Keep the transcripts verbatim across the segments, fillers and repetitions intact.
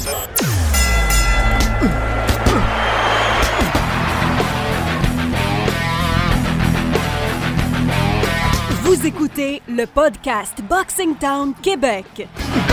Vous écoutez le podcast Boxing Town Québec.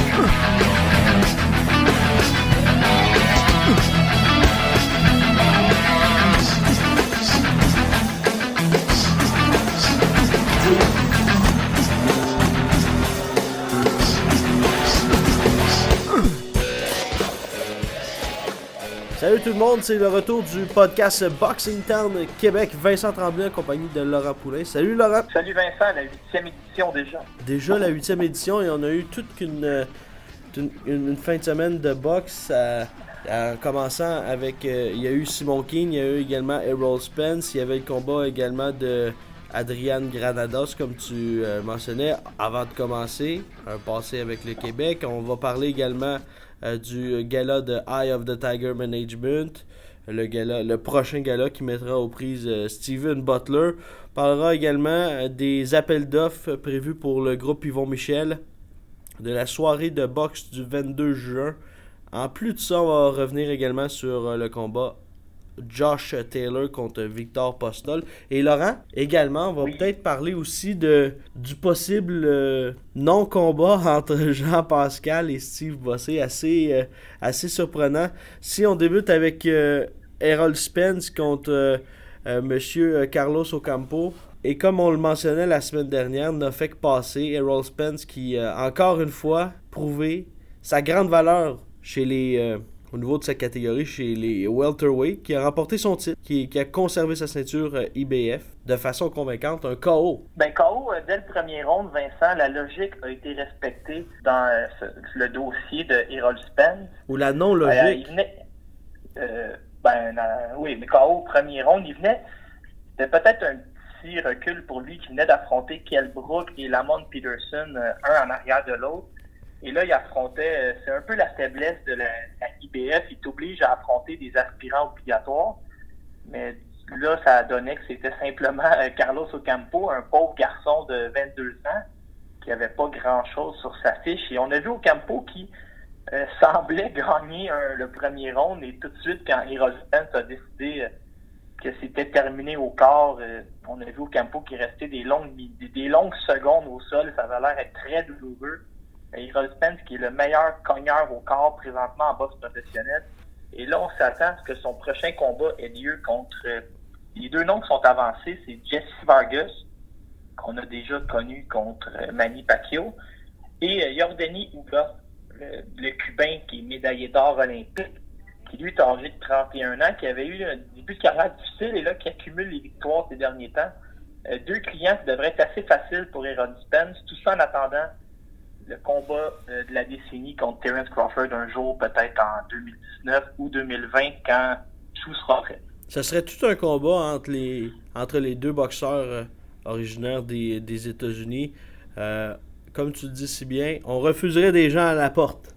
Salut tout le monde, c'est le retour du podcast Boxing Town Québec. Vincent Tremblay en compagnie de Laurent Poulin. Salut Laurent. Salut Vincent, la huitième édition déjà. Déjà la huitième édition et on a eu toute une, une, une fin de semaine de boxe à, en commençant avec, euh, il y a eu Simon King, il y a eu également Errol Spence, il y avait le combat également de Adrian Granados comme tu euh, mentionnais avant de commencer, un passé avec le Québec. On va parler également Euh, du gala de Eye of the Tiger Management, le gala, le prochain gala qui mettra aux prises euh, Steven Butler. On parlera également euh, des appels d'offres prévus pour le groupe Yvon Michel, de la soirée de boxe du vingt-deux juin. En plus de ça, on va revenir également sur euh, le combat Josh Taylor contre Victor Postol. Et Laurent, également, on va oui. peut-être parler aussi de du possible euh, non-combat entre Jean-Pascal et Steve Bossé, assez, euh, assez surprenant. Si on débute avec euh, Errol Spence contre euh, euh, Monsieur Carlos Ocampo, et comme on le mentionnait la semaine dernière, n'a fait que passer. Errol Spence qui, euh, encore une fois, prouvé sa grande valeur chez les... Euh, au niveau de sa catégorie chez les welterweight, qui a remporté son titre, qui, qui a conservé sa ceinture euh, I B F de façon convaincante, un K O. Ben K O, euh, dès le premier round, Vincent, la logique a été respectée dans euh, ce, le dossier de Errol Spence. Ou la non-logique. Euh, il venait, euh, ben, euh, oui, mais K O, premier round, il venait, c'était peut-être un petit recul pour lui qui venait d'affronter Kell Brook et Lamont Peterson, euh, un en arrière de l'autre. Et là, il affrontait, c'est un peu la faiblesse de la, la I B F, il t'oblige à affronter des aspirants obligatoires. Mais là, ça donnait que c'était simplement Carlos Ocampo, un pauvre garçon de vingt-deux ans, qui avait pas grand-chose sur sa fiche. Et on a vu Ocampo qui euh, semblait gagner un, le premier round, et tout de suite, quand Errol Spence a décidé euh, que c'était terminé au corps, euh, on a vu Ocampo qui restait des longues, des, des longues secondes au sol, ça avait l'air être très douloureux. Errol Spence, qui est le meilleur cogneur au corps présentement en boxe professionnelle. Et là, on s'attend à ce que son prochain combat ait lieu contre... Euh, les deux noms qui sont avancés, c'est Jesse Vargas, qu'on a déjà connu contre euh, Manny Pacquiao, et euh, Yordani Uga, le, le Cubain qui est médaillé d'or olympique, qui lui est âgé de trente et un ans, qui avait eu un début de carrière difficile et là, qui accumule les victoires ces derniers temps. Euh, deux clients qui devraient être assez faciles pour Errol Spence, tout ça en attendant le combat euh, de la décennie contre Terence Crawford un jour, peut-être en deux mille dix-neuf ou deux mille vingt, quand tout sera prêt. Ça serait tout un combat entre les, entre les deux boxeurs euh, originaires des, des États-Unis. Euh, comme tu le dis si bien, on refuserait des gens à la porte.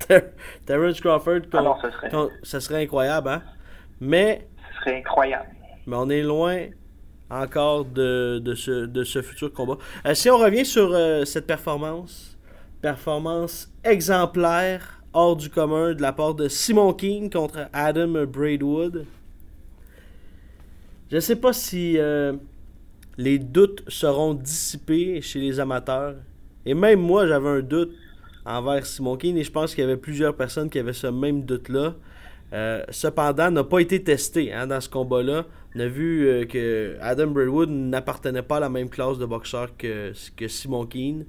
Terence Crawford, ah non, ça serait... ça serait incroyable, hein? Mais... Ce serait incroyable. Mais on est loin encore de, de, ce, de ce futur combat. Euh, si on revient sur euh, cette performance... Performance exemplaire, hors du commun, de la part de Simon King contre Adam Braidwood. Je ne sais pas si euh, les doutes seront dissipés chez les amateurs. Et même moi, j'avais un doute envers Simon King et je pense qu'il y avait plusieurs personnes qui avaient ce même doute-là. Euh, cependant, n'a pas été testé hein, dans ce combat-là. On a vu euh, que Adam Braidwood n'appartenait pas à la même classe de boxeur que, que Simon King.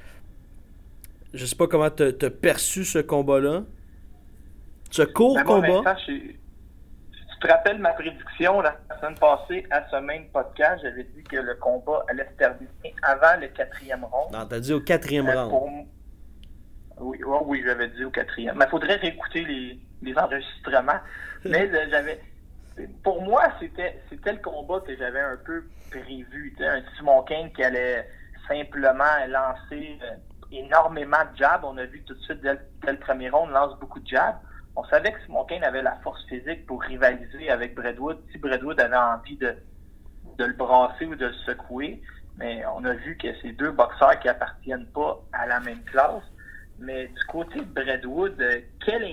Je sais pas comment tu as perçu ce combat-là. Ce court ben moi, combat. Vincent, je, tu te rappelles ma prédiction la semaine passée à ce même podcast, j'avais dit que le combat allait se terminer avant le quatrième round. Non, t'as dit au quatrième euh, round. Pour... Oui, oh, oui, j'avais dit au quatrième. Mais il faudrait réécouter les, les enregistrements. Mais euh, j'avais. Pour moi, c'était c'était le combat que j'avais un peu prévu. Tu sais, un Simon King qui allait simplement lancer. Euh, énormément de jabs. On a vu tout de suite dès le, dès le premier round, on lance beaucoup de jabs. On savait que Simon King avait la force physique pour rivaliser avec Braidwood. Si Braidwood avait envie de, de le brasser ou de le secouer, mais on a vu que c'est deux boxeurs qui appartiennent pas à la même classe. Mais du côté de Braidwood, quel individu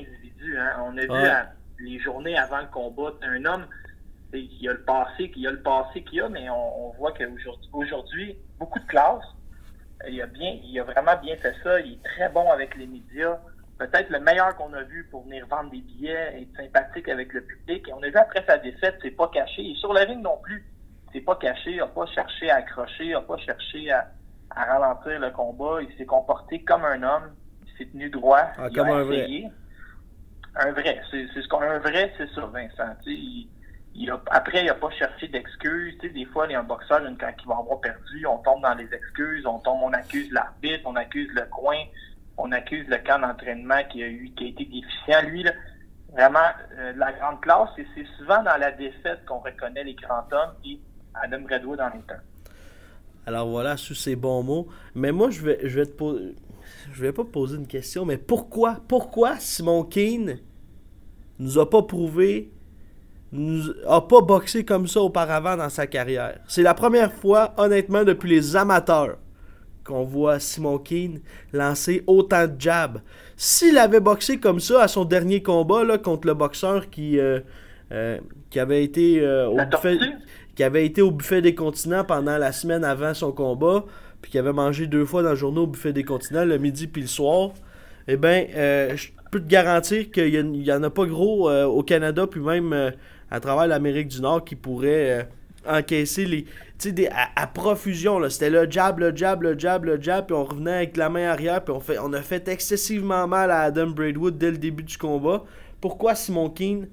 individu. Hein. On a ouais. vu à, les journées avant le combat, un homme, il y a le passé, il y a le passé qu'il y a, mais on, on voit qu'aujourd'hui, aujourd'hui, beaucoup de classe. Il a bien, il a vraiment bien fait ça. Il est très bon avec les médias. Peut-être le meilleur qu'on a vu pour venir vendre des billets, être sympathique avec le public. Et on a vu après sa défaite, c'est pas caché. Et sur le ring non plus, c'est pas caché. Il n'a pas cherché à accrocher, il n'a pas cherché à, à ralentir le combat. Il s'est comporté comme un homme. Il s'est tenu droit. Ah, il comme a un essayé. Vrai. Un vrai. C'est, c'est ce qu'on, un vrai, c'est ça, Vincent. Tu sais, il, il a, après, il n'a pas cherché d'excuses. Tu sais, des fois, il y a un boxeur, quand il va avoir perdu, on tombe dans les excuses, on tombe, on accuse l'arbitre, on accuse le coin, on accuse le camp d'entraînement qui a eu, qui a été déficient. Lui, là, vraiment, euh, la grande classe, et c'est souvent dans la défaite qu'on reconnaît les grands hommes, et Adam Braidwood en est un. Alors voilà, sous ces bons mots. Mais moi, je vais, je vais te poser... Je vais pas te poser une question, mais pourquoi, pourquoi Simon Keane nous a pas prouvé, nous a pas boxé comme ça auparavant dans sa carrière? C'est la première fois, honnêtement, depuis les amateurs, qu'on voit Simon Keane lancer autant de jabs. S'il avait boxé comme ça à son dernier combat là, contre le boxeur qui, euh, euh, qui avait été euh, au buffet, qui avait été au buffet des continents pendant la semaine avant son combat, puis qui avait mangé deux fois dans le journée au buffet des continents, le midi puis le soir, eh bien, euh, je peux te garantir qu'il y en a pas gros euh, au Canada, puis même euh, à travers l'Amérique du Nord, qui pourrait euh, encaisser les... Tu sais, des, à, à profusion, là. C'était le jab, le jab, le jab, le jab, puis on revenait avec la main arrière, puis on, fait, on a fait excessivement mal à Adam Braidwood dès le début du combat. Pourquoi Simon Keane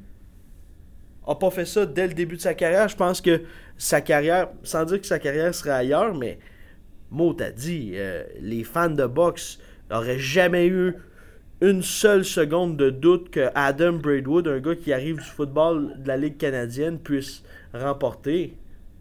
a pas fait ça dès le début de sa carrière? Je pense que sa carrière, sans dire que sa carrière serait ailleurs, mais Mo t'a dit, euh, les fans de boxe n'auraient jamais eu une seule seconde de doute que Adam Braidwood, un gars qui arrive du football de la Ligue canadienne, puisse remporter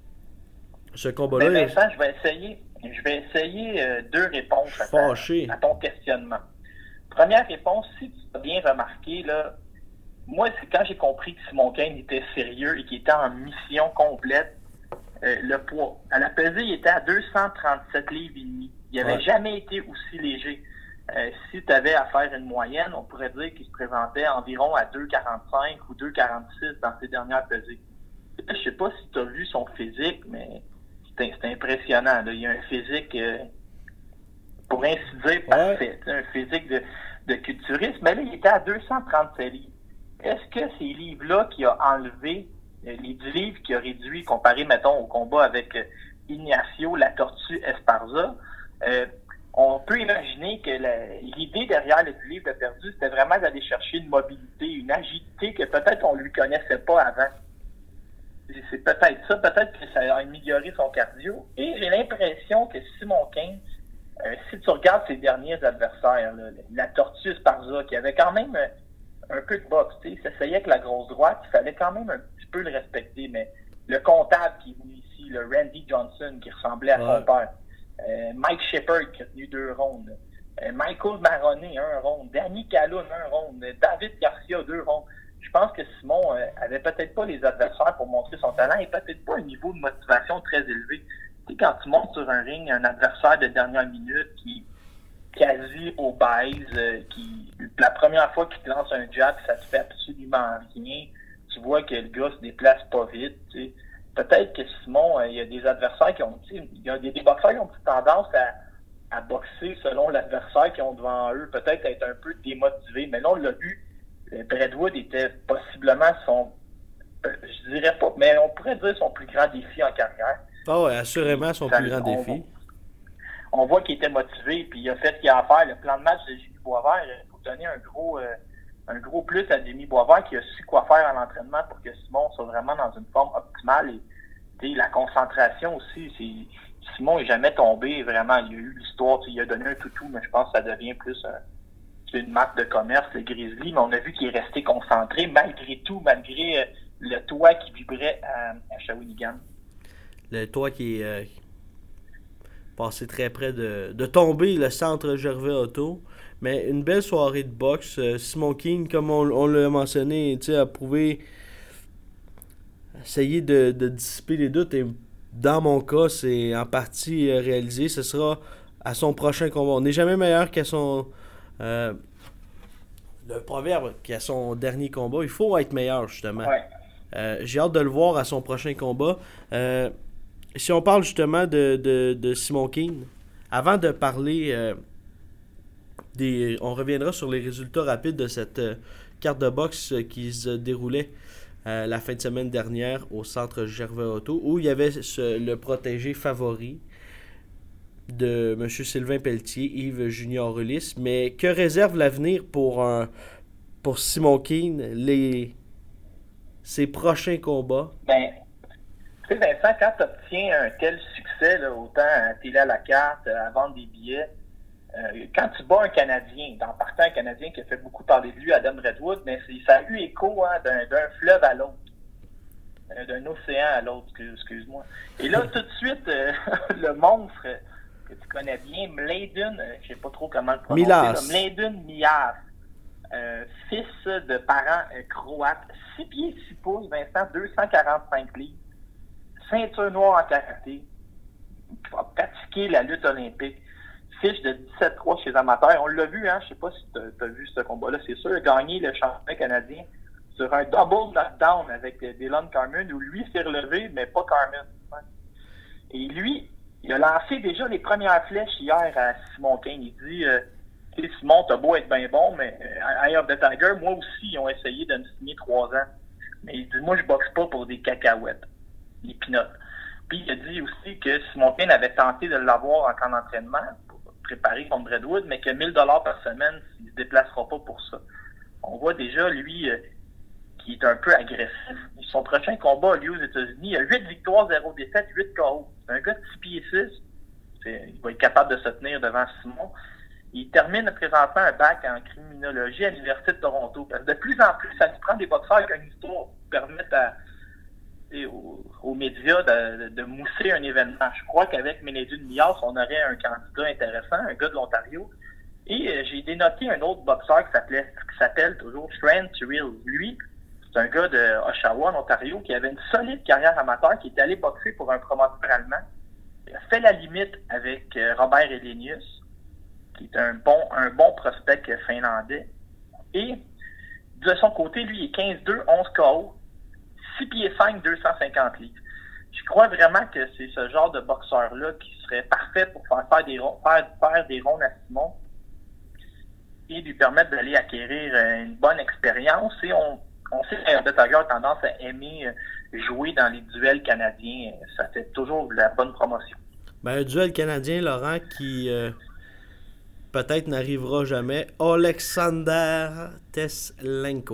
ce combat-là. Mais Vincent, je vais essayer, je vais essayer euh, deux réponses à, ta, à ton questionnement. Première réponse, si tu as bien remarqué, là, moi, c'est quand j'ai compris que Simon Keane était sérieux et qu'il était en mission complète, euh, le poids. À la pesée, il était à deux cent trente-sept livres et demi. Il n'avait ouais. jamais été aussi léger. Euh, si tu avais à faire une moyenne, on pourrait dire qu'il se présentait environ à deux quarante-cinq ou deux quarante-six dans ses dernières pesées. Je sais pas si tu as vu son physique, mais c'est, c'est impressionnant. Là. Il a un physique, euh, pour ainsi dire, parfait. Ouais. Un physique de, de culturiste. Mais là, il était à deux cent trente-sept livres. Est-ce que ces livres-là qu'il a enlevés, les dix livres qu'il a réduits, comparé, mettons, au combat avec euh, Ignacio, la tortue Esparza, euh, on peut imaginer que la, l'idée derrière les dix livres de perdu, c'était vraiment d'aller chercher une mobilité, une agilité que peut-être on lui connaissait pas avant. C'est, c'est peut-être ça, peut-être que ça a amélioré son cardio. Et j'ai l'impression que Simon Keane, euh, si tu regardes ses derniers adversaires, là, la tortue Esparza, qui avait quand même un peu de boxe, tu sais, il s'essayait avec la grosse droite, il fallait quand même un petit peu le respecter, mais le comptable qui est venu ici, le Randy Johnson, qui ressemblait à ouais. son père, euh, Mike Shepard, qui a tenu deux rondes, euh, Michael Maroney, un ronde, Danny Calhoun, un ronde, David Garcia, deux rondes. Je pense que Simon euh, avait peut-être pas les adversaires pour montrer son talent et peut-être pas un niveau de motivation très élevé. Tu sais, quand tu montes sur un ring, un adversaire de dernière minute qui quasi obèse, euh, qui la première fois qu'il te lance un jab, ça te fait absolument rien. Tu vois que le gars se déplace pas vite. Tu sais. Peut-être que Simon, euh, il y a des adversaires qui ont, tu sais, il y a des, des boxeurs qui ont une tendance à, à boxer selon l'adversaire qu'ils ont devant eux, peut-être être un peu démotivés. Mais là, on l'a vu, euh, Braidwood était possiblement son, euh, je dirais pas, mais on pourrait dire son plus grand défi en carrière. Ah oh, ouais, assurément son ça, plus grand défi. Voit, on voit qu'il était motivé, puis il a fait ce qu'il a à faire. Le plan de match de Jimmy Boisvert, il faut donner un gros, euh, un gros plus à Jimmy Boisvert qui a su quoi faire à l'entraînement pour que Simon soit vraiment dans une forme optimale. Et la concentration aussi, c'est, Simon n'est jamais tombé vraiment. Il y a eu l'histoire, il a donné un toutou, mais je pense que ça devient plus un, une marque de commerce, le Grizzly. Mais on a vu qu'il est resté concentré malgré tout, malgré euh, le toit qui vibrait à, à Shawinigan. Le toit qui est euh, passé très près de, de tomber, le centre Gervais Auto. Mais une belle soirée de boxe. Euh, Simon Keane, comme on, on l'a mentionné, a prouvé essayer de, de dissiper les doutes. Et dans mon cas, c'est en partie euh, réalisé. Ce sera à son prochain combat. On n'est jamais meilleur qu'à son... Euh, le proverbe qu'à son dernier combat, il faut être meilleur, justement. Ouais. Euh, j'ai hâte de le voir à son prochain combat. Euh, si on parle justement de, de, de Simon Keane, avant de parler euh, des... On reviendra sur les résultats rapides de cette euh, carte de boxe qui se déroulait euh, la fin de semaine dernière au centre Gervais Auto, où il y avait ce, le protégé favori de M. Sylvain Pelletier, Yves Junior Ulysse. Mais que réserve l'avenir pour, un, pour Simon Keane, les, ses prochains combats? Ben, tu sais, Vincent, quand tu obtiens un tel succès, là, autant à télé à la carte, à vendre des billets, euh, quand tu bats un Canadien, en partant un Canadien qui a fait beaucoup parler de lui, Adam Redwood, mais c'est, ça a eu écho hein, d'un, d'un fleuve à l'autre. D'un océan à l'autre, excuse-moi. Et là, tout de suite, euh, le monstre que tu connais bien, Mladen, euh, je sais pas trop comment le prononcer, là, Mladen Milas, euh, fils de parents euh, croates, six pieds six pouces, Vincent, deux cent quarante-cinq livres, ceinture noire en karaté, a pratiqué la lutte olympique, fiche de dix-sept trois chez les amateurs. On l'a vu, hein, je sais pas si tu as vu ce combat-là, c'est sûr, il a gagné le championnat canadien sur un double knockdown avec Dylan Carmen, où lui s'est relevé, mais pas Carmen. Et lui, il a lancé déjà les premières flèches hier à Simon Keane. Il dit, euh, tu sais, Simon, t'as beau être bien bon, mais euh, Eye of the Tiger, moi aussi, ils ont essayé de me signer trois ans. Mais il dit, moi, je boxe pas pour des cacahuètes, des peanuts. Puis il a dit aussi que Simon Keane avait tenté de l'avoir en camp d'entraînement pour préparer contre Redwood, mais que mille dollars par semaine, il se déplacera pas pour ça. On voit déjà, lui, euh, qui est un peu agressif. Son prochain combat a lieu aux États-Unis. Il a huit victoires, zéro défaite, huit K O. C'est un gars de six pieds six. C'est, il va être capable de se tenir devant Simon. Il termine présentement un bac en criminologie à l'Université de Toronto. Parce que de plus en plus, ça nous prend des boxeurs qui ont une histoire pour permettre à, aux, aux médias de, de, de mousser un événement. Je crois qu'avec Mladen Milas, on aurait un candidat intéressant, un gars de l'Ontario. Et euh, j'ai dénoté un autre boxeur qui s'appelait, qui s'appelle toujours Trent Real. Lui, c'est un gars de Oshawa, en Ontario, qui avait une solide carrière amateur, qui est allé boxer pour un promoteur allemand. Il a fait la limite avec euh, Robert Elenius, qui est un bon, un bon prospect finlandais. Et de son côté, lui, il est quinze deux, onze K O, six pieds cinq, deux cent cinquante livres. Je crois vraiment que c'est ce genre de boxeur-là qui serait parfait pour faire faire des ronds, faire, faire des ronds à Simon et lui permettre d'aller acquérir une bonne expérience. Et on On sait que The Tiger a tendance à aimer jouer dans les duels canadiens. Ça fait toujours de la bonne promotion. Ben, un duel canadien, Laurent, qui euh, peut-être n'arrivera jamais. Alexander Teslenko.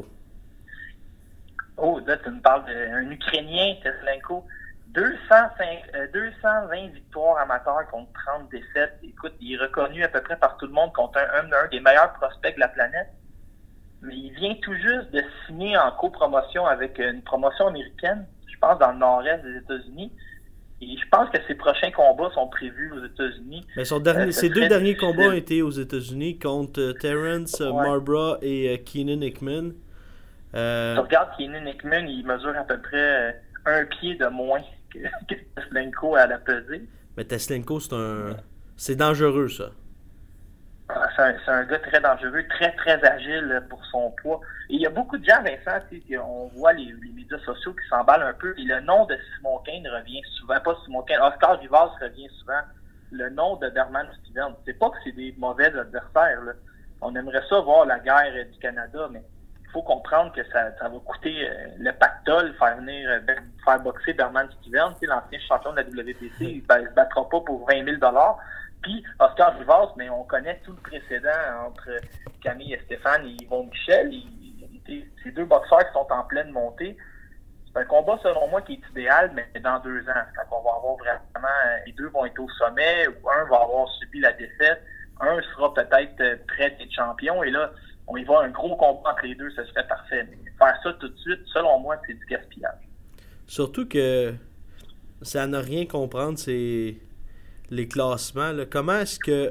Oh, là, tu me parles d'un Ukrainien, Teslenko. deux cent cinq, euh, deux cent vingt victoires amateurs contre trente défaites. Écoute, il est reconnu à peu près par tout le monde contre un, un, un des meilleurs prospects de la planète. Mais il vient tout juste de signer en copromotion avec une promotion américaine, je pense dans le nord-est des États-Unis. Et je pense que ses prochains combats sont prévus aux États-Unis. Mais son dernier, euh, ses deux derniers difficile. combats ont été aux États-Unis contre euh, Terrence ouais. Marlborough et euh, Keenan Hickman. Euh... Tu regardes Keenan Hickman, il mesure à peu près euh, un pied de moins que, que Teslenko à la pesée. Mais Teslenko, c'est un, c'est dangereux, ça. C'est un, c'est un gars très dangereux, très, très agile pour son poids. Et il y a beaucoup de gens, Vincent, on voit les, les médias sociaux qui s'emballent un peu. Et le nom de Simon Keane revient souvent. Pas Simon Keane, Oscar Rivas revient souvent. Le nom de Berman Stevens. C'est pas que c'est des mauvais adversaires. Là. On aimerait ça voir la guerre du Canada, mais il faut comprendre que ça, ça va coûter euh, le pactole faire venir euh, faire boxer Berman Stevens, l'ancien champion de la W B C. Il ne se battra pas pour vingt mille dollars. Puis Oscar Rivas, mais on connaît tout le précédent entre Camille et Stéphane et Yvon Michel. Il, il, ces deux boxeurs qui sont en pleine montée. C'est un combat, selon moi, qui est idéal, mais dans deux ans, quand on va avoir vraiment, les deux vont être au sommet, ou un va avoir subi la défaite, un sera peut-être prêt d'être champion, et là, on y va un gros combat entre les deux, ce serait parfait. Mais faire ça tout de suite, selon moi, c'est du gaspillage. Surtout que ça n'a rien comprendre, c'est les classements. Là. Comment est-ce que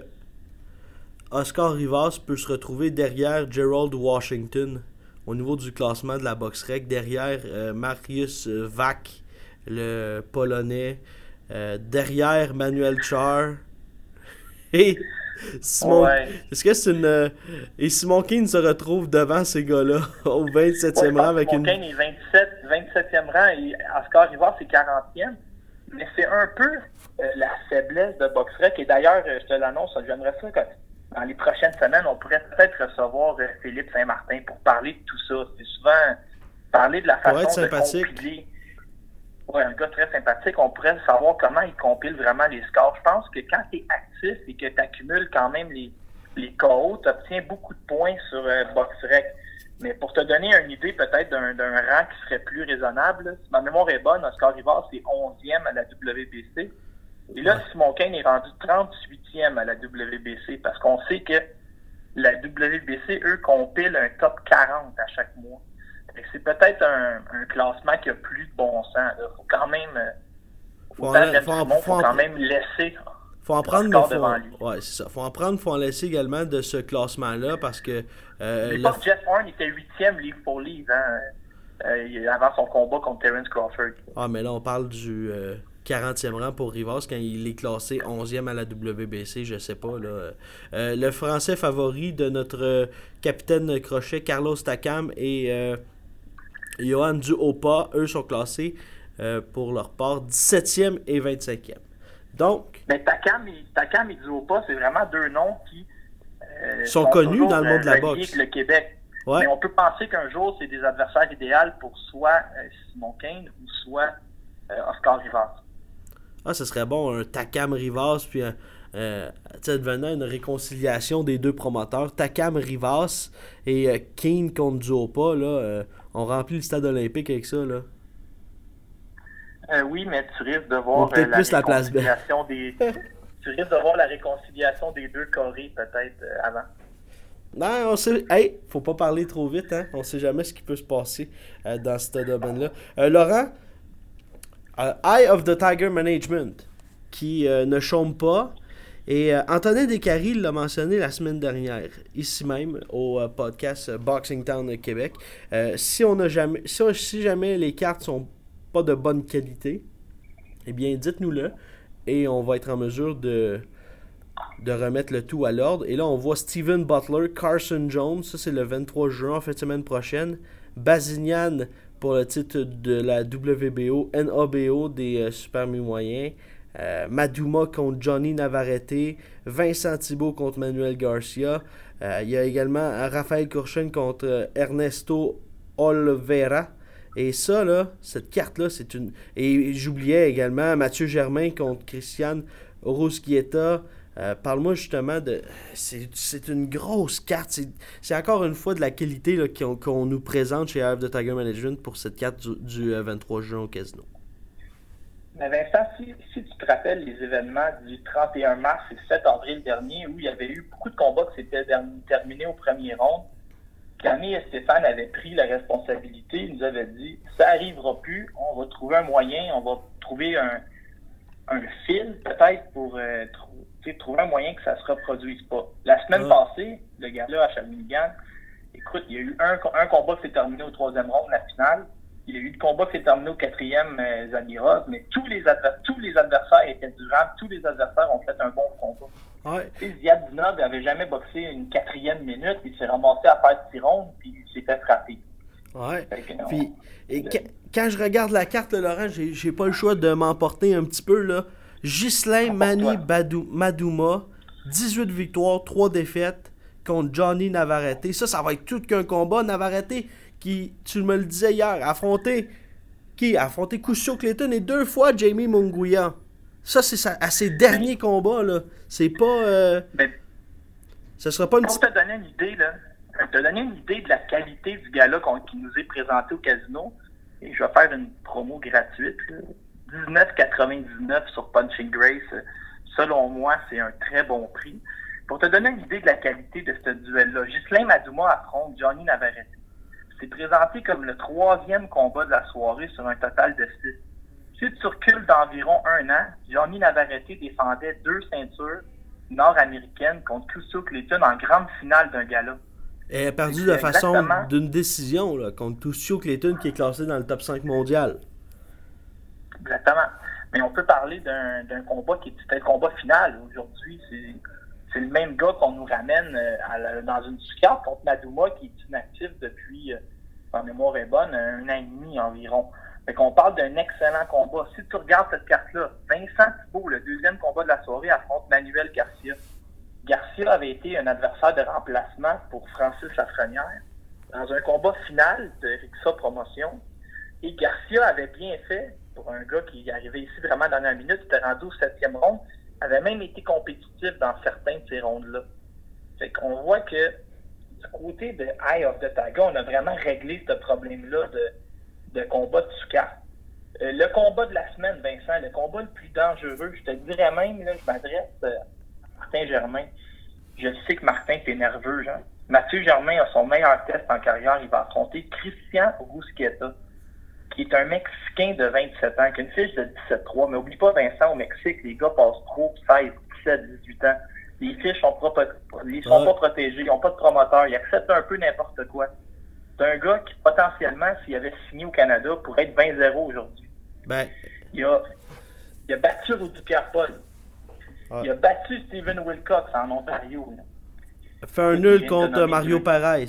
Oscar Rivas peut se retrouver derrière Gerald Washington au niveau du classement de la boxe rec, derrière euh, Mariusz Wach, le Polonais, euh, derrière Manuel Charr et Simon, Ouais. est-ce que c'est une... euh, Et Simon King se retrouve devant ces gars-là, au vingt-septième Ouais, rang avec Simon une... Kane est vingt-sept, vingt-septième rang et Oscar Rivas c'est quarantième. Mais c'est un peu euh, la faiblesse de BoxRec. Et d'ailleurs, euh, je te l'annonce, j'aimerais ça que dans les prochaines semaines, on pourrait peut-être recevoir euh, Philippe Saint-Martin pour parler de tout ça. C'est souvent parler de la Pour être façon de sympathique. compiler. Ouais, un gars très sympathique. On pourrait savoir comment il compile vraiment les scores. Je pense que quand tu es actif et que tu accumules quand même les, les K O, tu obtiens beaucoup de points sur euh, BoxRec. Mais pour te donner une idée peut-être d'un, d'un rang qui serait plus raisonnable, là, si ma mémoire est bonne, Oscar Rivas c'est onzième à la W B C. Et là, Simon Kane est rendu trente-huitième à la W B C parce qu'on sait que la W B C, eux, compilent un top quarante à chaque mois. Fait que c'est peut-être un, un classement qui a plus de bon sens. Il faut quand même... Faut Autant en- Ben faut en- Simon, faut faut en- quand même laisser... Faut en prendre, Oscar mais faut... devant lui. Ouais, c'est ça. Faut en prendre, faut en laisser également de ce classement-là parce que... Euh, Mais le- pas que Jeff Horn était huitième livre pour livre hein, euh, avant son combat contre Terence Crawford. Ah, mais là, on parle du euh, quarantième rang pour Rivas quand il est classé onzième à la W B C, je sais pas. Là. Euh, le Français favori de notre euh, capitaine crochet, Carlos Takam et euh, Johan Duhaupas, eux sont classés euh, pour leur part dix-septième et vingt-cinquième. Donc, Mais Takam et, Takam et Duhaupas, c'est vraiment deux noms qui euh, Sont connus toujours, dans le monde de la reliés boxe. avec le Québec. ouais. Mais on peut penser qu'un jour, c'est des adversaires idéaux pour soit euh, Simon Kane ou soit euh, Oscar Rivas. Ah, ce serait bon, un Takam Rivas, puis un, euh, tu sais, devenant une réconciliation des deux promoteurs. Takam Rivas et euh, Kane contre Duhaupas, là, euh, on remplit le stade olympique avec ça, là. Euh, oui, mais tu risques de Ou voir peut-être euh, la plus la place B. réconciliation des... tu risques de voir la réconciliation des deux Corées peut-être euh, avant. Non, on sait. Hey, faut pas parler trop vite, hein. On sait jamais ce qui peut se passer euh, dans ce domaine-là. Euh, Laurent, euh, Eye of the Tiger Management, qui euh, ne chôme pas. Et euh, Antonin Descaries l'a mentionné la semaine dernière, ici même, au euh, podcast euh, Boxing Town de Québec. Euh, si on a jamais, si, on- si jamais les cartes sont pas de bonne qualité, eh bien, dites-nous-le. Et on va être en mesure de, de remettre le tout à l'ordre. Et là, on voit Steven Butler, Carson Jones, ça c'est le vingt-trois juin, en fin de semaine prochaine. Bazinian pour le titre de la W B O, N A B O des euh, super mi-moyens. Euh, Madouma contre Johnny Navarrete, Vincent Thibault contre Manuel Garcia. Euh, il y a également euh, Raphaël Courchaine contre euh, Ernesto Oliveira. Et ça, là, cette carte-là, c'est une... Et j'oubliais également Mathieu Germain contre Christian Orozquieta. Euh, parle-moi justement de... C'est, c'est une grosse carte. C'est, c'est encore une fois de la qualité là, qu'on, qu'on nous présente chez Eye of the Tiger Management pour cette carte du, du euh, vingt-trois juin au casino. Mais Vincent, si, si tu te rappelles les événements du trente et un mars et sept avril dernier, où il y avait eu beaucoup de combats qui s'étaient terminés au premier round, Camille et Stéphane avaient pris la responsabilité, ils nous avaient dit « ça arrivera plus, on va trouver un moyen, on va trouver un, un fil peut-être pour euh, trou- trouver un moyen que ça se reproduise pas ». La semaine Ah. passée, le gars-là à Shawinigan, écoute, il y a eu un, un combat qui s'est terminé au troisième round, la finale. Il y a eu de combat qui s'est terminé au quatrième euh, Zamiros, mais tous les, adver- tous les adversaires étaient durables, tous les adversaires ont fait un bon combat. Ouais. Tu sais, Ziad Dinov n'avait jamais boxé une quatrième minute, il s'est ramassé à faire six rondes, puis il s'est fait frapper. Ouais. Fait que non. Puis, et qu- quand je regarde la carte, là, Laurent, j'ai, j'ai pas le choix de m'emporter un petit peu, là. Ghislain Mani Badou- Madouma, dix-huit victoires, trois défaites contre Johnny Navarrete. Ça, ça va être tout qu'un combat. Navarrete, qui, tu me le disais hier, affronté qui? Affronté Cusio Clayton et deux fois Jamie Munguia. Ça, c'est sa- à ses derniers combats, là. C'est pas... Euh, Mais ce sera pas une pour petite... te donner une idée, là, te donner une idée de la qualité du gars-là qu'on- qui nous est présenté au casino, et je vais faire une promo gratuite, là. dix-neuf quatre-vingt-dix-neuf sur Punching Grace. Selon moi, c'est un très bon prix. Pour te donner une idée de la qualité de ce duel-là, Ghislain Madouma affronte Johnny Navarrete. C'est présenté comme le troisième combat de la soirée sur un total de six. Si tu recules d'environ un an, Johnny Navarrete défendait deux ceintures nord-américaines contre Cusio Clayton en grande finale d'un gala. Elle a perdu C'est de façon exactement- d'une décision, là, contre Cusio Clayton, qui est classé dans le top cinq mondial. Exactement. Mais on peut parler d'un, d'un combat qui était le combat final. Aujourd'hui, c'est, c'est le même gars qu'on nous ramène euh, à la, dans une carte contre Madouma, qui est inactif depuis, euh, en mémoire est bonne, un an et demi environ. Fait qu'on parle d'un excellent combat. Si tu regardes cette carte-là, Vincent Thibault, le deuxième combat de la soirée, affronte Manuel Garcia. Garcia avait été un adversaire de remplacement pour Francis Lafrenière dans un combat final de Rixa Promotion. Et Garcia avait bien fait, pour un gars qui arrivait ici vraiment dans la dernière minute, il était rendu au septième round, avait même été compétitif dans certains de ces rondes-là. Fait qu'on voit que du côté de Eye of the Tiger, on a vraiment réglé ce problème-là de, de combat de Sucard. Euh, le combat de la semaine, Vincent, le combat le plus dangereux, je te dirais même, là, je m'adresse euh, à Martin Germain. Je sais que Martin, t'es nerveux, genre. Mathieu Germain a son meilleur test en carrière. Il va affronter Christian Rusqueta, qui est un Mexicain de vingt-sept ans, qui a une fiche de dix-sept trois. Mais oublie pas, Vincent, au Mexique, les gars passent trop seize, dix-sept, dix-huit ans. Les fiches sont, pro- ils sont ouais. pas protégés, ils n'ont pas de promoteur, ils acceptent un peu n'importe quoi. C'est un gars qui, potentiellement, s'il avait signé au Canada, pourrait être vingt zéro aujourd'hui. Ben... Il, a, il a battu Rudy Carpol. Ouais. Il a battu Steven Wilcox en Ontario. Là. Fait un nul contre Mario Perez.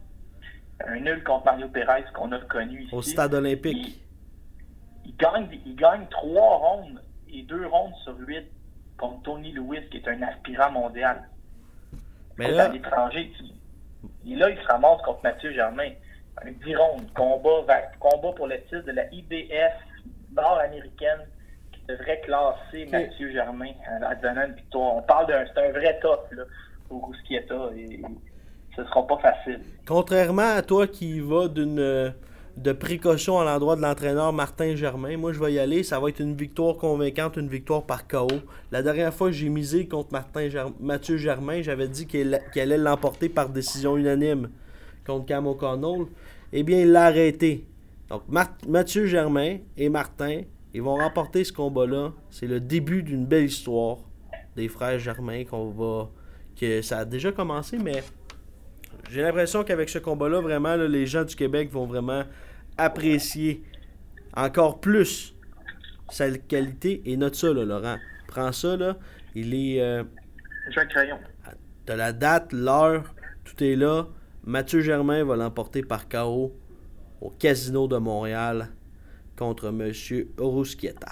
Un nul contre Mario Perez qu'on a connu ici. Au stade olympique. Il, il, gagne, il gagne trois rondes et deux rondes sur huit contre Tony Lewis, qui est un aspirant mondial. Mais là, à l'étranger, et là, il se ramasse contre Mathieu Germain. Un dix rondes, combat, combat pour le titre de la I B F nord-américaine, qui devrait classer okay. Mathieu Germain à advenant une victoire. On parle d'un c'est un vrai top là, pour Rusqueta, et ce ne sera pas facile. Contrairement à toi qui va d'une de précaution à l'endroit de l'entraîneur Martin Germain, moi je vais y aller, ça va être une victoire convaincante, une victoire par K O. La dernière fois que j'ai misé contre Martin Ger- Mathieu Germain, j'avais dit qu'il, qu'il allait l'emporter par décision unanime contre Cam O'Connell. Eh bien, il l'a arrêté. Donc Mar- Mathieu Germain et Martin, ils vont remporter ce combat-là. C'est le début d'une belle histoire des frères Germain qu'on va... que ça a déjà commencé, mais j'ai l'impression qu'avec ce combat-là, vraiment, là, les gens du Québec vont vraiment apprécier encore plus sa qualité. Et note ça, là, Laurent. Prends ça, là. Il est... Euh, J'ai un crayon. T'as la date, l'heure, tout est là. Mathieu Germain va l'emporter par K O au Casino de Montréal contre M. Rusqueta.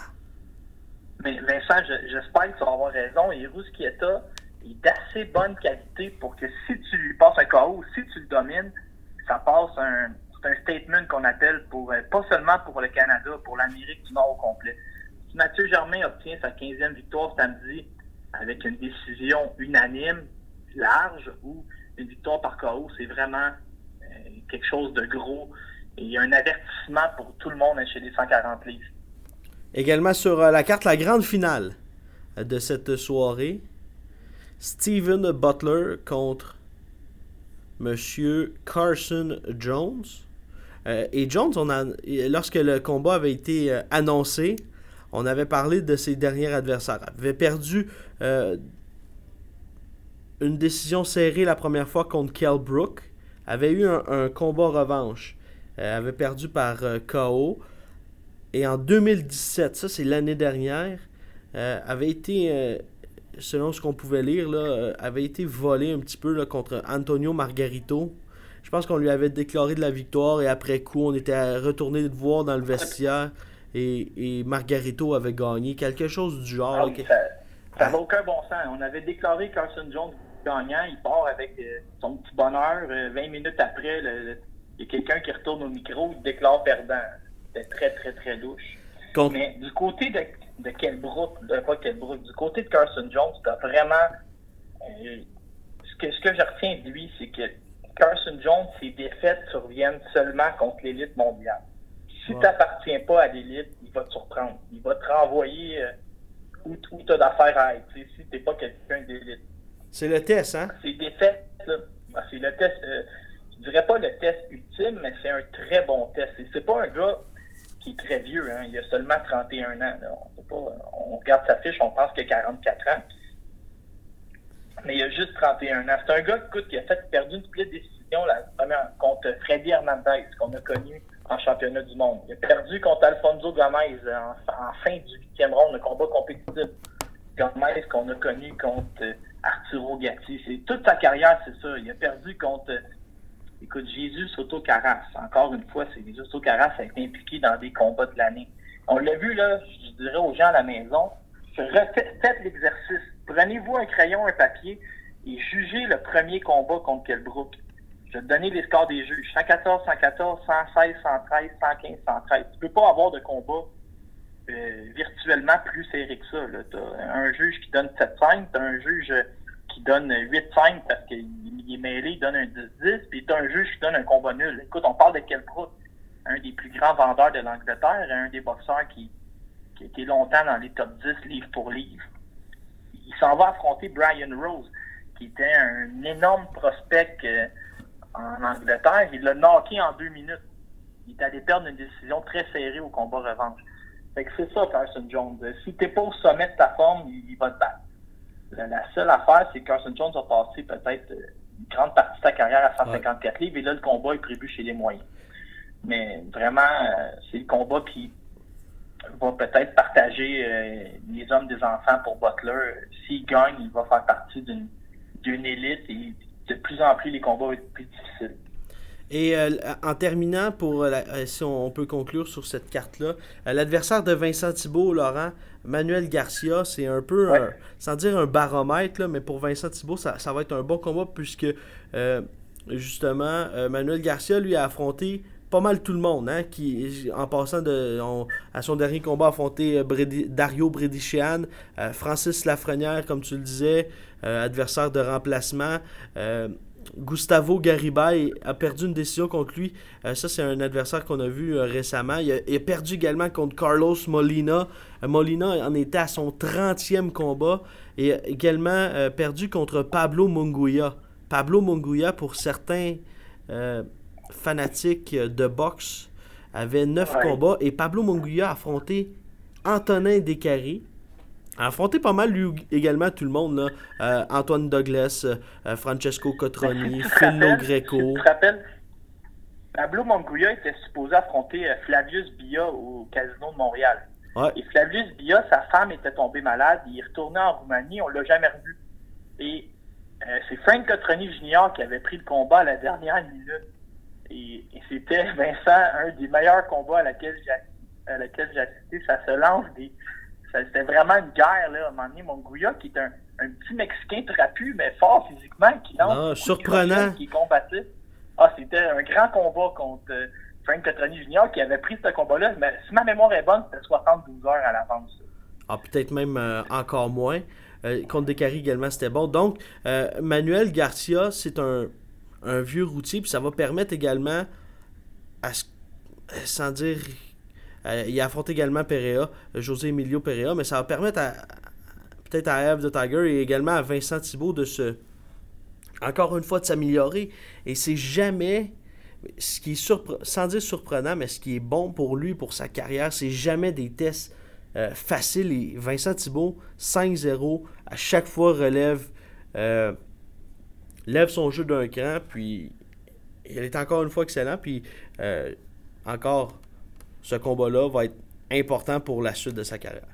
Mais Vincent, je, j'espère que tu vas avoir raison. Et Rusqueta est d'assez bonne qualité pour que si tu lui passes un K O, si tu le domines, ça passe un, c'est un statement qu'on appelle pour pas seulement pour le Canada, pour l'Amérique du Nord au complet. Si Mathieu Germain obtient sa quinzième victoire samedi avec une décision unanime, large, ou une victoire par K O, c'est vraiment euh, quelque chose de gros. Et il y a un avertissement pour tout le monde chez les cent quarante livres. Également sur euh, la carte, la grande finale euh, de cette soirée. Steven Butler contre Monsieur Carson Jones. Euh, et Jones, on a, lorsque le combat avait été euh, annoncé, on avait parlé de ses derniers adversaires. Il avait perdu euh, une décision serrée la première fois contre Kell Brook. Avait eu un, un combat revanche. Euh, avait perdu par euh, K O. Et en deux mille dix-sept, ça c'est l'année dernière, euh, avait été... Euh, selon ce qu'on pouvait lire, là, euh, avait été volé un petit peu là, contre Antonio Margarito. Je pense qu'on lui avait déclaré de la victoire et après coup, on était retourné de voir dans le vestiaire et, et Margarito avait gagné. Quelque chose du genre. Ah oui, ça n'avait ah. aucun bon sens. On avait déclaré Carson Jones gagnant. Il part avec euh, son petit bonheur. Euh, vingt minutes après, le, le, il y a quelqu'un qui retourne au micro, il déclare perdant. C'était très, très, très louche. Contre... Mais du côté de... de Kell Brook, de pas Kell Brook, du côté de Carson Jones, t'as vraiment euh, ce que ce que je retiens de lui, c'est que Carson Jones, ses défaites surviennent seulement contre l'élite mondiale. Si ouais. t'appartiens pas à l'élite, il va te surprendre. Il va te renvoyer euh, où, où t'as d'affaires à être, si t'es pas quelqu'un d'élite. C'est le test, hein? Ces défaites, là, c'est le test, euh, je dirais pas le test ultime, mais c'est un très bon test. Et c'est pas un gars qui est très vieux, hein. Il a seulement trente et un ans. Là. On, pas, on regarde sa fiche, on pense qu'il a quarante-quatre ans. Mais il a juste trente et un ans. C'est un gars écoute, qui a fait perdu une split décision la première contre Freddy Hernandez, qu'on a connu en championnat du monde. Il a perdu contre Alfonso Gomez en, en fin du huitième round, le combat compétitif. Gomez qu'on a connu contre Arturo Gatti. C'est, toute sa carrière, c'est ça. Il a perdu contre, euh, écoute, Jesus Soto Karass. Encore une fois, c'est Jesus Soto Karass a été impliqué dans des combats de l'année. On l'a vu, là, je dirais aux gens à la maison, refaites, faites l'exercice. Prenez-vous un crayon, un papier et jugez le premier combat contre Kell Brook. Je vais te donner les scores des juges. cent quatorze, cent quatorze, cent seize, cent treize, cent quinze, cent treize. Tu peux pas avoir de combat euh, virtuellement plus serré que ça. Tu as un juge qui donne sept cinq, tu as un juge qui donne huit cinq parce qu'il est mêlé, il donne un dix dix, puis tu as un juge qui donne un combat nul. Écoute, on parle de Kell Brook, un des plus grands vendeurs de l'Angleterre, un des boxeurs qui, qui a été longtemps dans les top dix livre pour livre. Il s'en va affronter Brian Rose, qui était un énorme prospect euh, en Angleterre. Il l'a knocké en deux minutes. Il est allé perdre une décision très serrée au combat revanche. Fait que c'est ça, Carson Jones. Si t'es pas au sommet de ta forme, il, il va te battre. La, la seule affaire, c'est que Carson Jones a passé peut-être une grande partie de sa carrière à cent cinquante-quatre ouais. livres, et là, le combat est prévu chez les moyens. Mais vraiment, euh, c'est le combat qui va peut-être partager euh, les hommes des enfants pour Butler. S'il gagne, il va faire partie d'une, d'une élite, et de plus en plus, les combats vont être plus difficiles. Et euh, en terminant, pour la, si on peut conclure sur cette carte-là, euh, l'adversaire de Vincent Thibault, Laurent, Manuel Garcia, c'est un peu, ouais. un, sans dire un baromètre, là, mais pour Vincent Thibault, ça, ça va être un bon combat puisque, euh, justement, euh, Manuel Garcia, lui, a affronté pas mal tout le monde, hein, qui, en passant de, on, à son dernier combat, a affronté euh, Bredi, Dario Bredichéan, euh, Francis Lafrenière, comme tu le disais, euh, adversaire de remplacement, euh, Gustavo Garibay a perdu une décision contre lui. Euh, ça, c'est un adversaire qu'on a vu euh, récemment. Il a, il a perdu également contre Carlos Molina. Euh, Molina en était à son trentième combat. Et a également euh, perdu contre Pablo Munguia. Pablo Munguia, pour certains euh, fanatiques de boxe, avait neuf ouais. combats. Et Pablo Munguia a affronté Antonin Décaré. A affronté pas mal, lui également, tout le monde. Là. Euh, Antoine Douglas, euh, Francesco Cotroni, Phil Lo Greco. Tu te rappelles, Pablo Munguia était supposé affronter euh, Flavius Bia au Casino de Montréal. Ouais. Et Flavius Bia, sa femme était tombée malade. Il est retourné en Roumanie, on l'a jamais revu. Et euh, c'est Frank Cotroni Junior qui avait pris le combat à la dernière minute. Et, et c'était, Vincent, un des meilleurs combats à laquelle j'ai, à laquelle j'ai assisté. Ça se lance des... Ça, c'était vraiment une guerre, là, à un moment donné. Munguia, qui est un, un petit Mexicain trapu, mais fort physiquement, qui lance ah, surprenant. Qui est combatif. Ah, c'était un grand combat contre euh, Frank Cotroni Junior qui avait pris ce combat-là. Mais si ma mémoire est bonne, c'était soixante-douze heures à l'avance. Ah, peut-être même euh, encore moins. Euh, contre Décaré également, c'était bon. Donc, euh, Manuel Garcia, c'est un, un vieux routier, puis ça va permettre également, à, sans dire... Euh, il affronte également Pereira, José Emilio Pereira, mais ça va permettre à, peut-être à Eve the Tiger et également à Vincent Thibault de se, encore une fois, de s'améliorer. Et c'est jamais, ce qui est surpre- sans dire surprenant, mais ce qui est bon pour lui, pour sa carrière, c'est jamais des tests euh, faciles. Et Vincent Thibault, cinq zéro, à chaque fois relève, euh, lève son jeu d'un cran, puis il est encore une fois excellent, puis euh, encore... ce combat-là va être important pour la suite de sa carrière.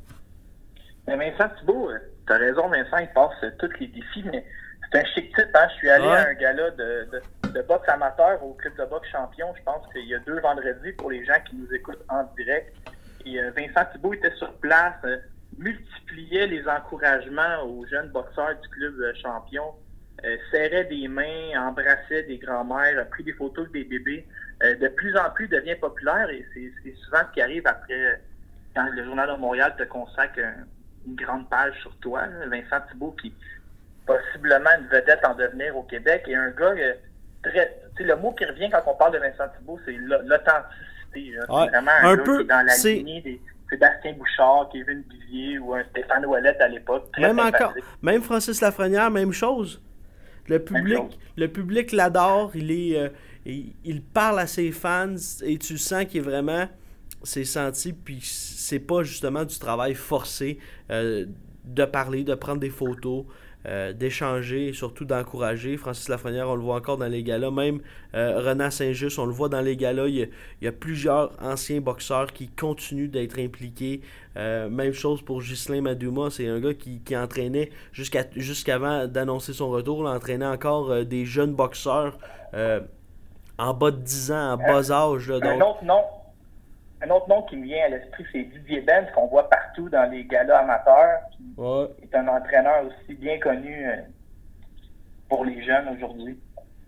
Mais Vincent Thibault, tu as raison, Vincent, il passe euh, tous les défis, mais c'est un chic type. Hein? Je suis allé ouais. à un gala de, de, de boxe amateur au Club de boxe champion. Je pense qu'il y a deux vendredis pour les gens qui nous écoutent en direct. Et euh, Vincent Thibault était sur place, euh, multipliait les encouragements aux jeunes boxeurs du Club euh, champion, euh, serrait des mains, embrassait des grands-mères, a pris des photos des bébés. Euh, de plus en plus devient populaire et c'est, c'est souvent ce qui arrive après quand le Journal de Montréal te consacre un, une grande page sur toi. Là. Vincent Thibault qui possiblement une vedette en devenir au Québec et un gars euh, très... Tu sais, le mot qui revient quand on parle de Vincent Thibault, c'est l'authenticité. Là. Ouais, c'est vraiment un, un gars peu, qui est dans la c'est... lignée des Sébastien Bouchard, Kevin Bivier ou un Stéphane Ouellette à l'époque. Même encore, même Francis Lafrenière, même chose. Le public, même chose. Le public l'adore, il est... Euh, Et il parle à ses fans et tu sens qu'il est vraiment, c'est senti, puis c'est pas justement du travail forcé euh, de parler, de prendre des photos. euh, d'échanger, surtout d'encourager. Francis Lafrenière, on le voit encore dans les galas. Même euh, Renan Saint-Just, on le voit dans les galas. Il y a, il y a plusieurs anciens boxeurs qui continuent d'être impliqués. Euh, même chose pour Ghislain Madouma. C'est un gars qui, qui entraînait jusqu'à, jusqu'avant d'annoncer son retour. Il entraînait encore euh, des jeunes boxeurs euh, en bas de dix ans, en bas âge. Là, donc... Un autre nom. Un autre nom qui me vient à l'esprit, c'est Didier Benz, qu'on voit partout dans les galas amateurs. Qui ouais. est un entraîneur aussi bien connu euh, pour les jeunes aujourd'hui.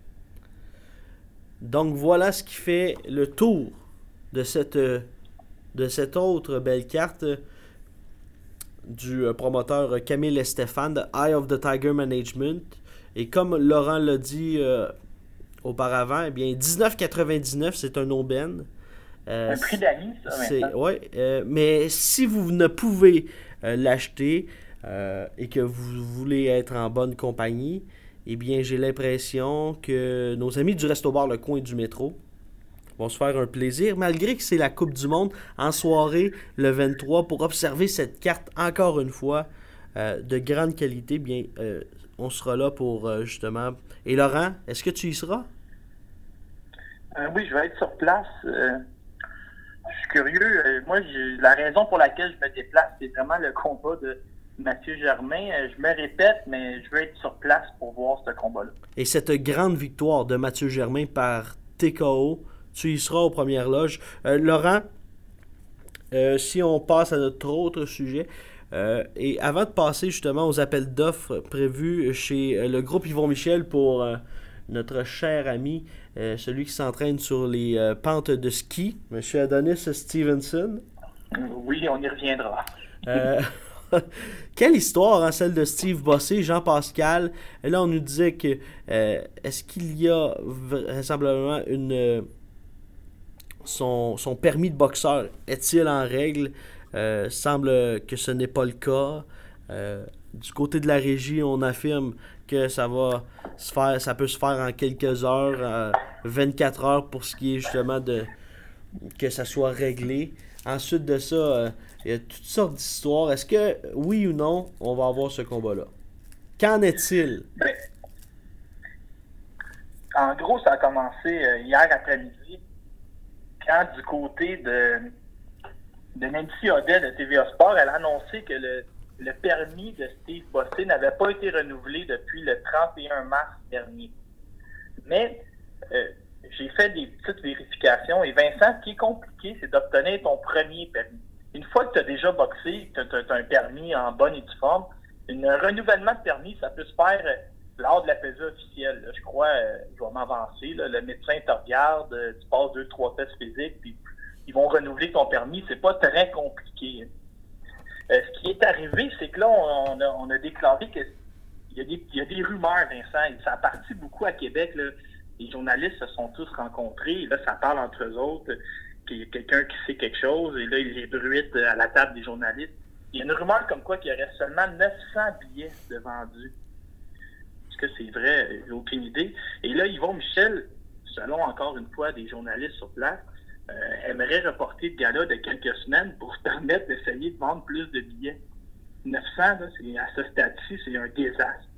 Donc voilà ce qui fait le tour de cette, de cette autre belle carte du promoteur Camille Estefan de Eye of the Tiger Management. Et comme Laurent l'a dit euh, auparavant, eh bien dix-neuf quatre-vingt-dix-neuf, c'est un aubaine. Euh, un prix d'amis, ça, c'est, maintenant. ouais, euh, mais si vous ne pouvez euh, l'acheter euh, et que vous voulez être en bonne compagnie, eh bien, j'ai l'impression que nos amis du Resto-Bar Le Coin du métro vont se faire un plaisir, malgré que c'est la Coupe du Monde, en soirée, le vingt-trois, pour observer cette carte, encore une fois, euh, de grande qualité. Bien, euh, on sera là pour, euh, justement... Et Laurent, est-ce que tu y seras? Euh, oui, je vais être sur place. Euh... Je suis curieux. Euh, moi, j'ai, la raison pour laquelle je me déplace, c'est vraiment le combat de Mathieu Germain. Euh, je me répète, mais je veux être sur place pour voir ce combat-là. Et cette grande victoire de Mathieu Germain par T K O, tu y seras aux premières loges. Euh, Laurent, euh, si on passe à notre autre sujet, euh, et avant de passer justement aux appels d'offres prévus chez euh, le groupe Yvon Michel pour... Euh, notre cher ami, euh, celui qui s'entraîne sur les euh, pentes de ski, M. Adonis Stevenson. Oui, on y reviendra. Euh, quelle histoire, hein, celle de Steve Bossé, Jean-Pascal. Et là, on nous disait que euh, est-ce qu'il y a vraisemblablement une euh, son, son permis de boxeur est-il en règle? Euh, semble que ce n'est pas le cas. Euh, du côté de la régie, on affirme que ça va se faire, ça peut se faire en quelques heures, euh, vingt-quatre heures pour ce qui est justement de que ça soit réglé. Ensuite de ça, euh, il y a toutes sortes d'histoires. Est-ce que, oui ou non, on va avoir ce combat-là? Qu'en est-il? Ben, en gros, ça a commencé euh, hier après-midi, quand du côté de, de Nancy Audet de T V A Sport, elle a annoncé que le Le permis de Steve Bossé n'avait pas été renouvelé depuis le trente et un mars dernier. Mais euh, j'ai fait des petites vérifications et Vincent, ce qui est compliqué, c'est d'obtenir ton premier permis. Une fois que tu as déjà boxé, tu as un permis en bonne et due forme, un renouvellement de permis, ça peut se faire euh, lors de la P E S A officielle. Là, je crois, euh, je vais m'avancer, là, le médecin te regarde, euh, tu passes deux, trois tests physiques, puis ils vont renouveler ton permis. C'est pas très compliqué. Euh, ce qui est arrivé, c'est que là, on, on, a, on a déclaré qu'il y a des, il y a des rumeurs, Vincent, et ça a parti beaucoup à Québec. Là. Les journalistes se sont tous rencontrés, et là, ça parle entre eux autres, qu'il y a quelqu'un qui sait quelque chose, et là, il les bruite à la table des journalistes. Il y a une rumeur comme quoi qu'il y aurait seulement neuf cents billets de vendus. Est-ce que c'est vrai? J'ai aucune idée. Et là, Yvon Michel, selon encore une fois des journalistes sur place, Euh, aimerait reporter le gala de quelques semaines pour se permettre d'essayer de vendre plus de billets. neuf cents, là, c'est, à ce stade-ci, c'est un désastre.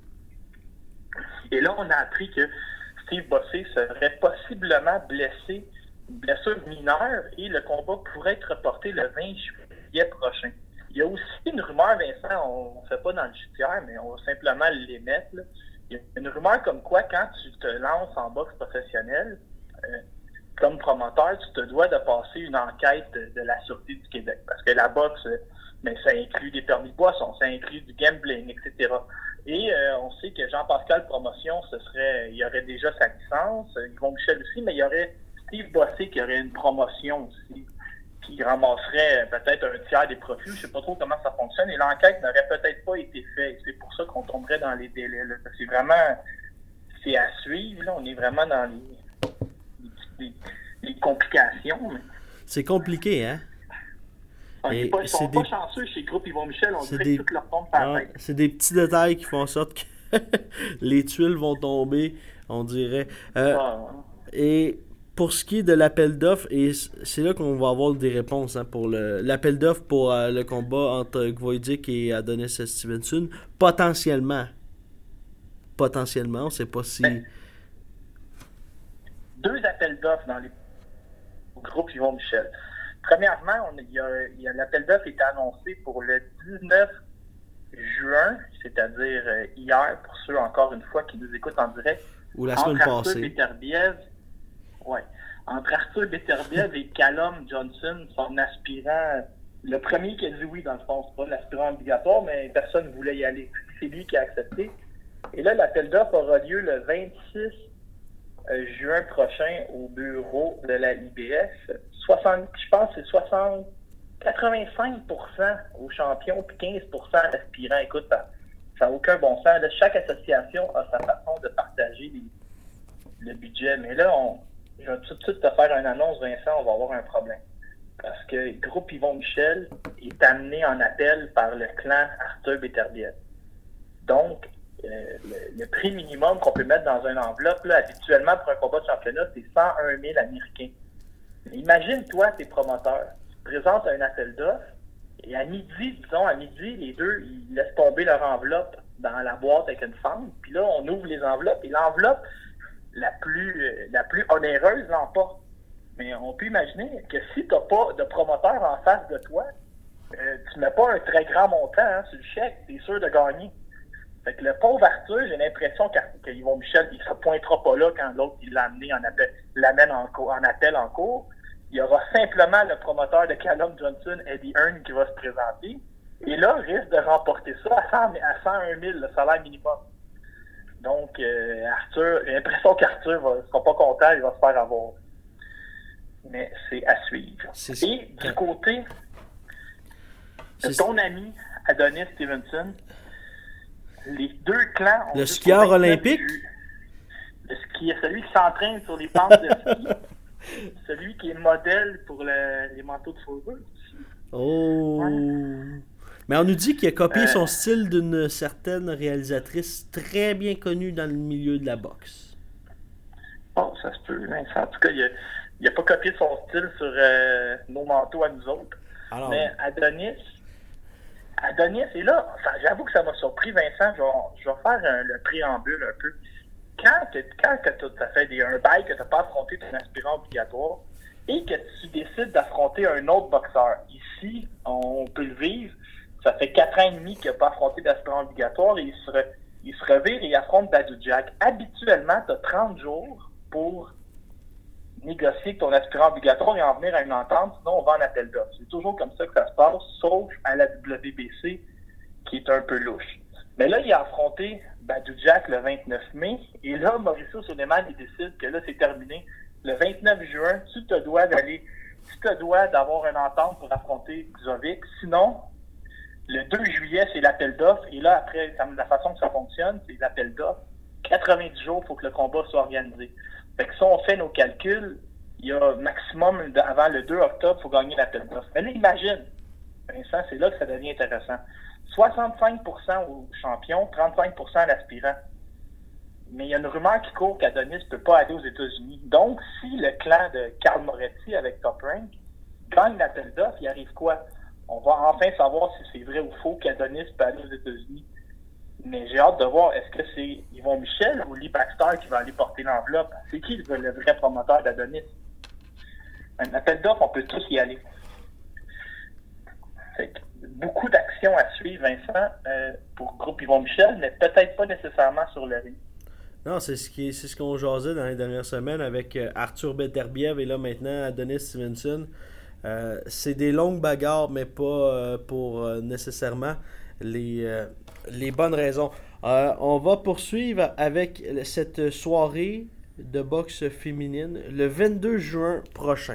Et là, on a appris que Steve Bossé serait possiblement blessé, une blessure mineure, et le combat pourrait être reporté le vingt juillet prochain. Il y a aussi une rumeur, Vincent, on ne fait pas dans le judiciaire, mais on va simplement l'émettre. Là. Il y a une rumeur comme quoi, quand tu te lances en boxe professionnelle, euh, comme promoteur, tu te dois de passer une enquête de, de la Sûreté du Québec. Parce que la boxe, mais ça inclut des permis de boisson, ça inclut du gambling, et cetera. Et euh, on sait que Jean-Pascal Promotion, ce serait, il y aurait déjà sa licence, Yvon Michel aussi, mais il y aurait Steve Bossé qui aurait une promotion aussi, qui ramasserait peut-être un tiers des profits. Je ne sais pas trop comment ça fonctionne. Et l'enquête n'aurait peut-être pas été faite. C'est pour ça qu'on tomberait dans les délais. Là. C'est vraiment, c'est à suivre. Là. On est vraiment dans les... Les, les complications. Mais... C'est compliqué, hein? Ah, Et pas, ils sont c'est pas des... chanceux chez le groupe Yvon Michel. On dirait des... que tout leur tombe par ah, la tête. C'est des petits détails qui font en sorte que les tuiles vont tomber, on dirait. Euh, ah. Et pour ce qui est de l'appel d'offres, et c'est là qu'on va avoir des réponses hein, pour le, l'appel d'offres pour euh, le combat entre Gvoidic et Adonis Stevenson, potentiellement. potentiellement, on ne sait pas si... Ben, deux appels d'offres dans les groupes Yvon Michel. Premièrement, on, il y a, il y a, l'appel d'offres est annoncé pour le dix-neuf juin, c'est-à-dire euh, hier, pour ceux, encore une fois, qui nous écoutent en direct. Ou la semaine entre passée. Arthur Beterbiev, ouais, entre Arthur Beterbiev et Callum Johnson, son aspirant, le premier qui a dit oui, dans le fond, c'est pas l'aspirant obligatoire, mais personne ne voulait y aller. C'est lui qui a accepté. Et là, l'appel d'offres aura lieu le vingt-six juin prochain au bureau de la I B F. soixante, je pense que c'est soixante, quatre-vingt-cinq pour cent aux champions puis quinze pour cent à l'aspirant. Écoute, ça n'a aucun bon sens. Là, chaque association a sa façon de partager les, le budget. Mais là, on, je vais tout de suite te faire une annonce, Vincent, on va avoir un problème. Parce que le groupe Yvon Michel est amené en appel par le clan Arthur Beterbiev. Donc, Euh, le, le prix minimum qu'on peut mettre dans une enveloppe, là, habituellement pour un combat de championnat, c'est cent un mille américains. Imagine-toi tes promoteurs. Tu te présentes à un appel d'offres et à midi, disons, à midi, les deux, ils laissent tomber leur enveloppe dans la boîte avec une fente. Puis là, on ouvre les enveloppes et l'enveloppe la plus, euh, la plus onéreuse l'emporte. Mais on peut imaginer que si tu n'as pas de promoteur en face de toi, euh, tu ne mets pas un très grand montant hein, sur le chèque, tu es sûr de gagner. Fait que le pauvre Arthur, j'ai l'impression que Yvon Michel, il ne se pointera pas là quand l'autre il l'a amené en appel, l'amène en, en appel en cours. Il y aura simplement le promoteur de Callum Johnson, Eddie Hearn, qui va se présenter. Et là, risque de remporter ça à, cent, à cent un mille, le salaire minimum. Donc, euh, Arthur, j'ai l'impression qu'Arthur ne sera pas content, il va se faire avoir. Mais c'est à suivre. C'est... Et du côté de ton ami Adonis Stevenson, les deux clans ont... Le skieur olympique? Du... Le skieur, celui qui s'entraîne sur les pentes de ski. Celui qui est modèle pour le... les manteaux de fourrure. Oh! Ouais. Mais on nous dit qu'il a copié euh... son style d'une certaine réalisatrice très bien connue dans le milieu de la boxe. Oh, ça se peut. Hein. En tout cas, il n'a pas copié son style sur euh, nos manteaux à nous autres. Alors... Mais Adonis... Adonis, et là, enfin, j'avoue que ça m'a surpris, Vincent, je vais, je vais faire un, le préambule un peu. Quand tu as fait des, un bail que tu n'as pas affronté ton aspirant obligatoire et que tu décides d'affronter un autre boxeur, ici, on peut le vivre, ça fait quatre ans et demi qu'il n'a pas affronté d'aspirant obligatoire et il se, re, il se revire et il affronte Badou Jack. Habituellement, tu as trente jours pour négocier avec ton aspirant obligatoire et en venir à une entente, sinon on va en appel d'offres. C'est toujours comme ça que ça se passe, sauf à la W B C, qui est un peu louche. Mais là, il a affronté Badou Jack le vingt-neuf mai, et là, Mauricio Sulaimane, il décide que là, c'est terminé. Le vingt-neuf juin, tu te dois d'aller, tu te dois d'avoir une entente pour affronter Xovic. Sinon, le deux juillet, c'est l'appel d'offres, et là, après, la façon que ça fonctionne, c'est l'appel d'offres. quatre-vingt-dix jours pour que le combat soit organisé. Fait que si on fait nos calculs, il y a maximum de, avant le deux octobre, il faut gagner l'appel d'offres. Mais là, imagine, Vincent, c'est là que ça devient intéressant. soixante-cinq pour cent aux champions, trente-cinq pour cent à l'aspirant. Mais il y a une rumeur qui court qu'Adonis ne peut pas aller aux États-Unis. Donc, si le clan de Carl Moretti avec Top Rank gagne l'appel d'offres, il arrive quoi? On va enfin savoir si c'est vrai ou faux qu'Adonis peut aller aux États-Unis. Mais j'ai hâte de voir, est-ce que c'est Yvon Michel ou Lee Baxter qui va aller porter l'enveloppe? C'est qui le, le vrai promoteur d'Adonis? Un appel d'offres, on peut tous y aller. Fait que beaucoup d'actions à suivre, Vincent, euh, pour groupe Yvon Michel, mais peut-être pas nécessairement sur le ring. Non, c'est ce qui, c'est ce qu'on jasait dans les dernières semaines avec euh, Arthur Beterbiev et là maintenant Adonis Stevenson. Euh, c'est des longues bagarres, mais pas euh, pour euh, nécessairement les... Euh, les bonnes raisons. Euh, on va poursuivre avec cette soirée de boxe féminine le vingt-deux juin prochain.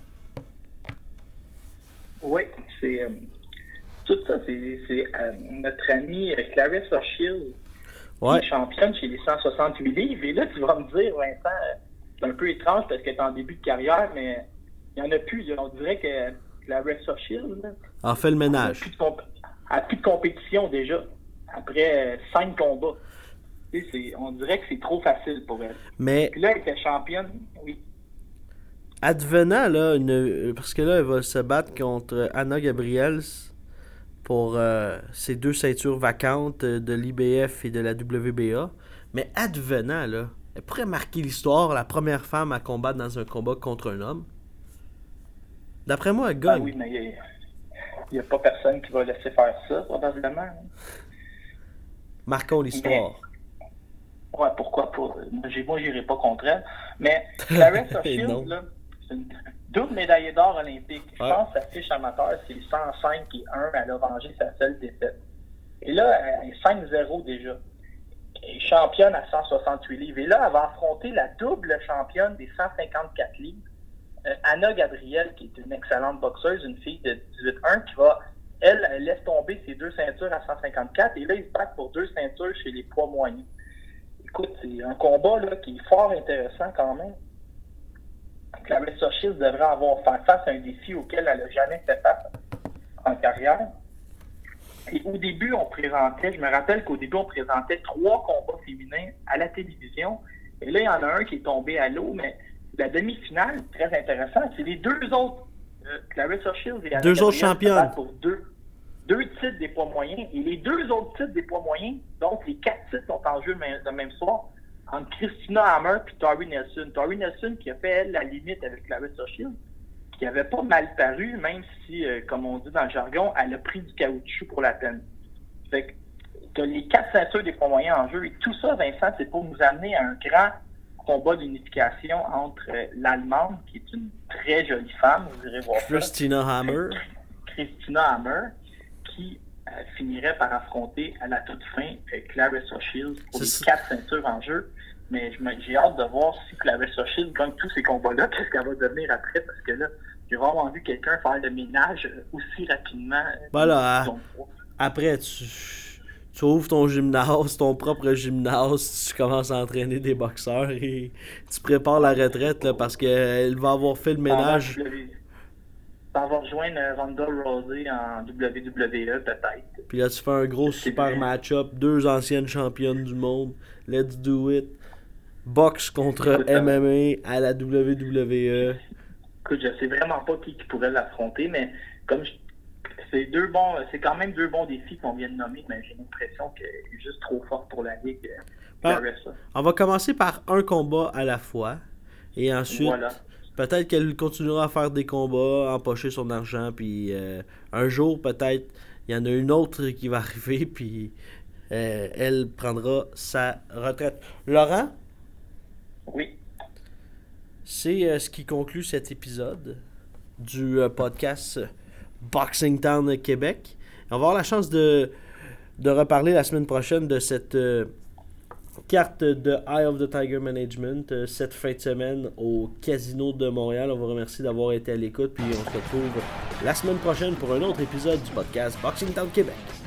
Oui, c'est euh, tout ça, c'est, c'est euh, notre amie Clarissa Shields, ouais, qui est championne chez les cent soixante-huit livres. Et là, tu vas me dire, Vincent, c'est un peu étrange parce qu'elle est en début de carrière, mais il n'y en a plus. On dirait que Clarissa Shields a fait le ménage. Elle n'a plus, comp- plus de compétition déjà. Après cinq combats. Tu sais, c'est, on dirait que c'est trop facile pour elle. Mais puis là, elle était championne, oui. Advenant, là, une, parce que là, elle va se battre contre Anna Gabriels pour euh, ses deux ceintures vacantes de l'I B F et de la W B A. Mais advenant, là, elle pourrait marquer l'histoire, la première femme à combattre dans un combat contre un homme. D'après moi, elle gagne. Ah oui, mais il n'y a, a pas personne qui va laisser faire ça, probablement. Marquons l'histoire. Mais, ouais, pourquoi pas? Moi, j'irai pas contre elle. Mais Claressa Shields, là, c'est une double médaillée d'or olympique. Je ouais. pense que sa fiche amateur, c'est cent cinq et un. Elle a vengé sa seule défaite. Et là, elle est cinq zéro déjà. Elle est championne à cent soixante-huit livres. Et là, elle va affronter la double championne des cent cinquante-quatre livres, euh, Anna Gabriel, qui est une excellente boxeuse, une fille de dix-huit un, qui va, elle, elle laisse tomber ses deux ceintures à cent cinquante-quatre. Et là, ils se battent pour deux ceintures chez les poids moyens. Écoute, c'est un combat là, qui est fort intéressant quand même. Claressa Shields devrait avoir fait face à un défi auquel elle n'a jamais fait face en carrière. Et au début, on présentait, je me rappelle qu'au début, on présentait trois combats féminins à la télévision. Et là, il y en a un qui est tombé à l'eau, mais la demi-finale, très intéressante, c'est les deux autres, euh, Claressa Shields et Anna Deux autres Gabriel, championnes. Pour deux, deux titres des poids moyens. Et les deux autres titres des poids moyens, donc les quatre titres sont en jeu le même soir, entre Christina Hammer et Tori Nelson. Tori Nelson qui a fait, elle, la limite avec Claressa Shields, qui n'avait pas mal paru, même si, euh, comme on dit dans le jargon, elle a pris du caoutchouc pour la peine. Fait que tu as les quatre ceintures des poids moyens en jeu, et tout ça, Vincent, c'est pour nous amener à un grand combat d'unification entre euh, l'Allemande, qui est une très jolie femme, vous irez voir Christina ça, Hammer. Christina Hammer, qui euh, finirait par affronter à la toute fin euh, Claressa Shields pour c'est les ça. quatre ceintures en jeu. Mais j'ai hâte de voir si Claressa Shields gagne tous ces combats-là, qu'est-ce qu'elle va devenir après, parce que là, j'ai vraiment vu quelqu'un faire le ménage aussi rapidement. Voilà. Après, tu, tu ouvres ton gymnase, ton propre gymnase, tu commences à entraîner des boxeurs et tu prépares la retraite là, parce qu'elle va avoir fait le ménage. Ça va rejoindre Ronda Rousey en W W E peut-être. Puis là, tu fais un gros c'est super vrai. match-up, deux anciennes championnes du monde. Let's do it. Boxe contre écoute, M M A à la W W E. Écoute, je sais vraiment pas qui, qui pourrait l'affronter, mais comme je, c'est deux bons, c'est quand même deux bons défis qu'on vient de nommer, mais j'ai l'impression qu'elle est juste trop forte pour la ligue. Ah, on va commencer par un combat à la fois, et ensuite, voilà. peut-être qu'elle continuera à faire des combats, empocher son argent, puis euh, un jour peut-être il y en a une autre qui va arriver, puis euh, elle prendra sa retraite. Laurent? Oui. C'est euh, ce qui conclut cet épisode du euh, podcast Boxing Town Québec. On va avoir la chance de, de reparler la semaine prochaine de cette euh, carte de Eye of the Tiger Management euh, cette fin de semaine au Casino de Montréal. On vous remercie d'avoir été à l'écoute, puis on se retrouve la semaine prochaine pour un autre épisode du podcast Boxing Town Québec.